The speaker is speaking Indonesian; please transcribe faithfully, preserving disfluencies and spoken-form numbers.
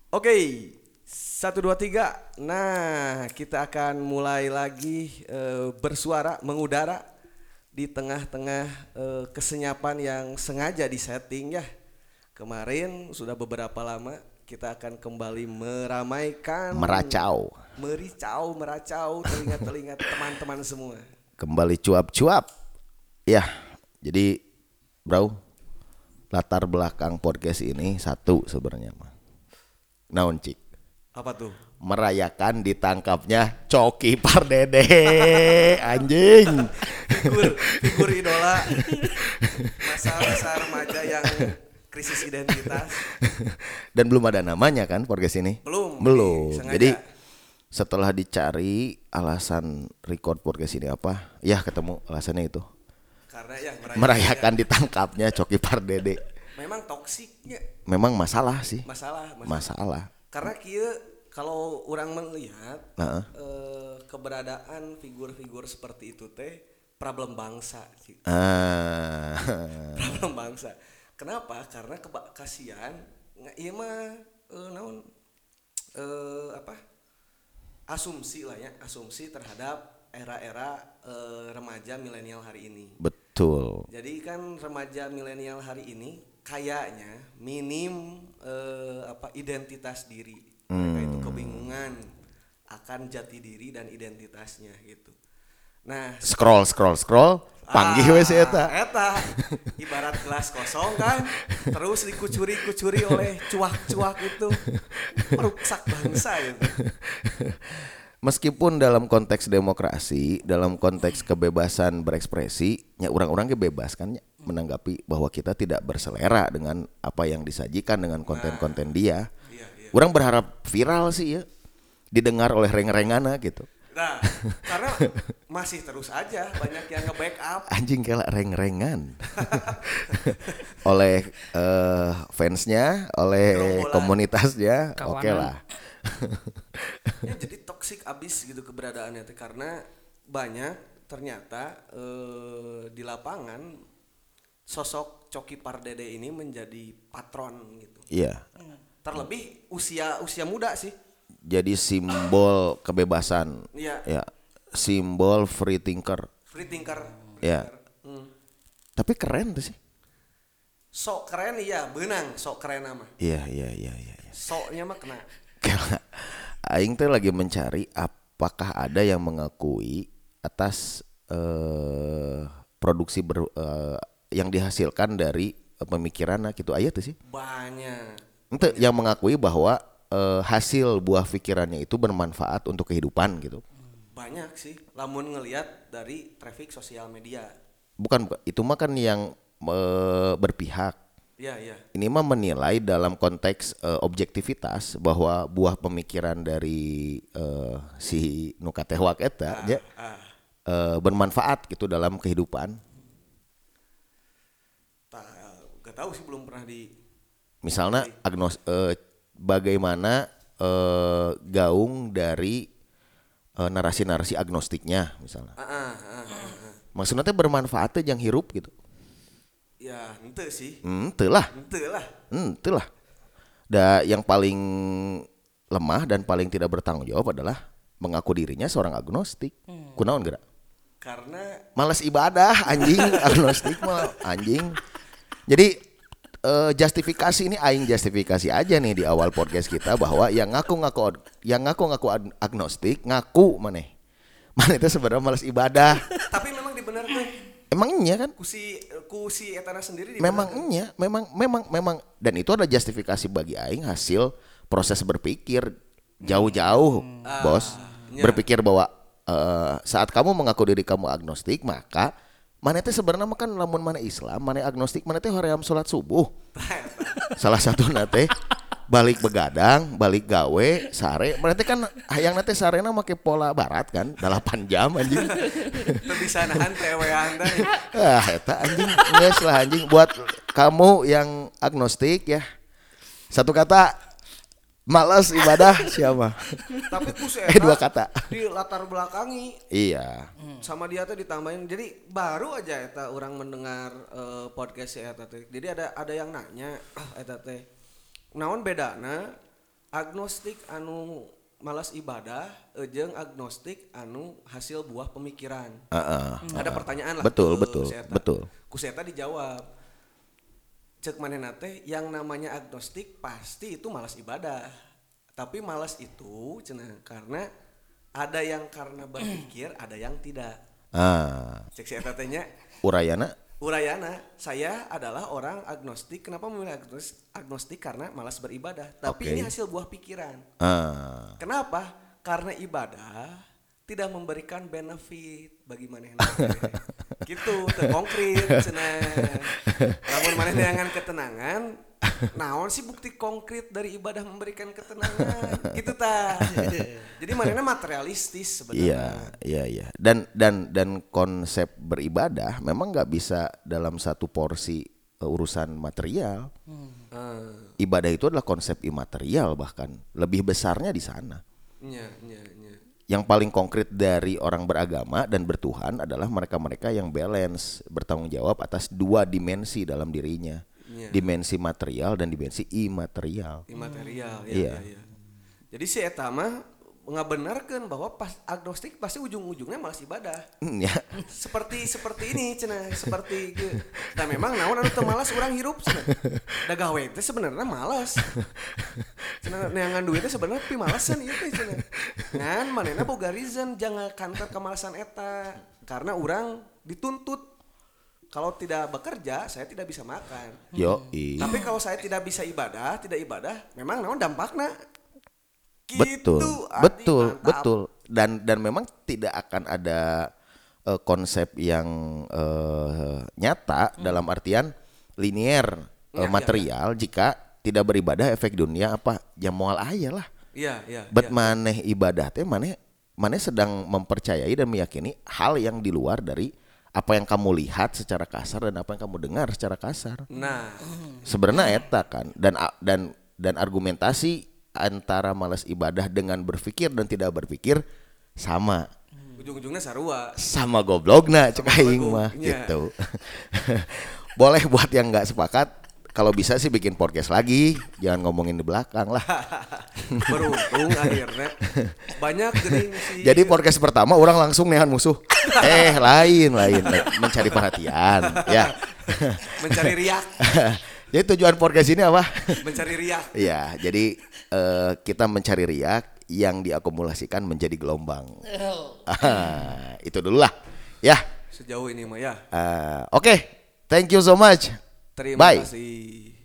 Oke, satu dua tiga. Nah, kita akan mulai lagi eh, bersuara, mengudara di tengah-tengah eh, kesenyapan yang sengaja disetting ya. Kemarin sudah beberapa lama kita akan kembali meramaikan, Meracau, mericau, meracau telinga-telinga teman-teman semua. kembali cuap-cuap. Ya, jadi bro, latar belakang podcast ini satu sebenarnya mah. Naon cik? Apa tuh? Merayakan ditangkapnya Coki Pardede, anjing. Figur, figur idola masa-masa remaja yang krisis identitas. Dan belum ada namanya kan podcast ini? Belum. Belum. Sengaja. Jadi setelah dicari alasan record podcast ini apa? Ya ketemu alasannya itu. Karena ya merayakan, Merayakan ditangkapnya Coki Pardede. memang toksiknya Memang masalah sih. masalah, masalah. Masalah. Karena kia kalau orang melihat Heeh. eh, keberadaan figur-figur seperti itu teh problem bangsa sih. Ah. Problem bangsa. Kenapa? Karena keba- kasihan nggak iya mah eh, naon eh, apa? Asumsi lah ya, asumsi terhadap era-era eh, remaja milenial hari ini. Betul. Jadi kan remaja milenial hari ini kayaknya minim eh, apa identitas diri. Mereka itu kebingungan akan jati diri dan identitasnya gitu. Nah, Scroll scroll scroll panggih we si eta. eta ibarat gelas kosong kan, terus dikucuri-kucuri oleh cuak-cuak itu merusak bangsa gitu. Meskipun dalam konteks demokrasi, dalam konteks kebebasan berekspresi, ya orang-orang ge bebas kan ya, menanggapi bahwa kita tidak berselera dengan apa yang disajikan dengan konten-konten dia. Iya, iya. Orang berharap viral sih ya, didengar oleh reng-rengana gitu. Nah, karena masih terus aja banyak yang nge-backup. Anjing kayak reng-rengan oleh eh, fansnya, oleh Gerombolan. komunitasnya, oke Kawanan. lah. Ya, jadi toksik abis gitu keberadaannya teh karena banyak ternyata eh, di lapangan sosok Coki Pardede ini menjadi patron gitu. Iya, Terlebih usia usia muda sih. jadi simbol kebebasan. Iya, Ya, simbol free thinker. free thinker. Ya. Hmm. Tapi keren tuh sih. Sok keren iya, benang sok keren mah. Iya, iya, iya, iya. iya. Soknya mah kena. Kayak Aing tuh lagi mencari apakah ada yang mengakui atas eh, produksi ber, eh, yang dihasilkan dari eh, pemikiran gitu. Aya tuh sih. Banyak. Ente yang mengakui bahwa eh, hasil buah pikirannya itu bermanfaat untuk kehidupan gitu. Banyak sih. Lamun ngelihat dari traffic sosial media. Bukan, bukan. Itu mah kan yang eh, berpihak. Iya, iya. Ini mah menilai dalam konteks eh, objektivitas bahwa buah pemikiran dari eh, si Nukatewak eta nya, Ah, eh, bermanfaat gitu dalam kehidupan. tak gak tahu sih belum pernah di Misalnya agnos eh, bagaimana eh, gaung dari eh, narasi-narasi agnostiknya misalnya. ah, ah, ah, ah, ah. Maksudnya teh bermanfaat teh yang hirup gitu. Ya, ente sih. Hmm, teu lah. Ente lah. Hmm, teu lah. Da yang paling lemah dan paling tidak bertanggung jawab adalah mengaku dirinya seorang agnostik. Kunaon geura? Karena Males ibadah anjing, agnostik mah anjing. Jadi eh, justifikasi ini aing justifikasi aja nih di awal podcast kita bahwa yang ngaku-ngaku yang ngaku-ngaku ag- agnostik ngaku maneh. Maneh itu sebenarnya males ibadah. tapi memang dibenarkan Emang iya kan? kusi kusi etana sendiri Memang dibenarkan. iya, memang memang memang dan itu ada justifikasi bagi aing hasil proses berpikir jauh-jauh, Bos. iya. Berpikir bahwa eh, saat kamu mengaku diri kamu agnostik, maka mana teh sebenarnya mah kan lamun mana Islam, mana agnostik, mana teh hoream salat subuh. Salah satu nate balik begadang, balik gawe, sare. Mana teh kan hayang nate sarena make pola barat kan, delapan jam anjing. Teu bisa nahan tewean teh. Ah, eta anjing, geus lah anjing buat kamu yang agnostik ya. Satu kata malas ibadah siapa? Tapi kusi Eh, dua kata. di latar belakangi Iya. sama dia tuh ditambahin. Jadi baru aja eta orang mendengar eh, podcast si eta teh. Jadi ada ada yang nanya, ah eta teh naon bedana agnostik anu malas ibadah jeung agnostik anu hasil buah pemikiran. Uh-uh. Ada pertanyaan lah. Betul, ke betul, Seta. betul. Ku Seta dijawab. Cek manehna teh yang namanya agnostik pasti itu malas ibadah. Tapi malas itu cenah karena ada yang karena berpikir, ada yang tidak. Ah. Cek si eta teh nya. Urayana Urayana, saya adalah orang agnostik. Kenapa memilih agnostik? Agnostik karena malas beribadah. Tapi Oke. ini hasil buah pikiran. ah. Kenapa? Karena ibadah tidak memberikan benefit bagi manehna. Gitu, teu konkret cenah. Lamun manehna ngan ketenangan, naon sih bukti konkret dari ibadah memberikan ketenangan? Gitu tah. Jadi manehna materialistis Iya, sebenarnya. iya, iya. Dan dan dan konsep beribadah memang nggak bisa dalam satu porsi uh, urusan material. Hmm. Ibadah itu adalah konsep imaterial, bahkan lebih besarnya di sana. Nya, nya, nya. Yang paling konkret dari orang beragama dan bertuhan adalah mereka-mereka yang balance, bertanggung jawab atas dua dimensi dalam dirinya. Iya. Dimensi material dan dimensi imaterial. Imaterial, ya, Iya. ya, ya. Jadi si eta mah ngabenarkeun bahwa pas agnostik pasti ujung-ujungnya malas ibadah. Hmm, ya. Seperti seperti ini cenah, seperti ge. Da memang naon anu teu malas urang hirup cenah. Da gawe teh sebenarnya malas. Cenah neangan duit teh sebenarnya pi malasan ieu teh cenah. Ngan manehna boga reason jangan kantor kemalasan eta karena urang dituntut kalau tidak bekerja saya tidak bisa makan. Yo, Tapi kalau saya tidak bisa ibadah, tidak ibadah, memang naon dampakna? betul, Gitu, Adi, betul, mantap. betul. Dan dan memang tidak akan ada uh, konsep yang uh, nyata dalam artian linier uh, Ya, ya, material jika tidak beribadah efek dunia apa ya moal aya lah. Iya, iya. Bet iya. maneh ibadah teh maneh maneh sedang mempercayai dan meyakini hal yang di luar dari apa yang kamu lihat secara kasar dan apa yang kamu dengar secara kasar. Nah, Sebenarnya eta kan dan dan dan argumentasi antara malas ibadah dengan berpikir dan tidak berpikir sama. ujung-ujungnya sarua. Sama goblogna cek aing goblok, mah iya. gitu. Boleh buat yang nggak sepakat kalau bisa sih bikin podcast lagi, jangan ngomongin di belakang lah. Beruntung akhirnya banyak geuning si. Jadi podcast pertama orang langsung nehan musuh. Eh lain lain mencari perhatian ya. mencari riak, Jadi tujuan podcast ini apa? mencari riak. Ya, jadi eh, kita mencari riak yang diakumulasikan menjadi gelombang. Ah, itu dulu lah. Ya. Sejauh ini mah ya. Eh, Oke, thank you so much. Terima Bye. kasih.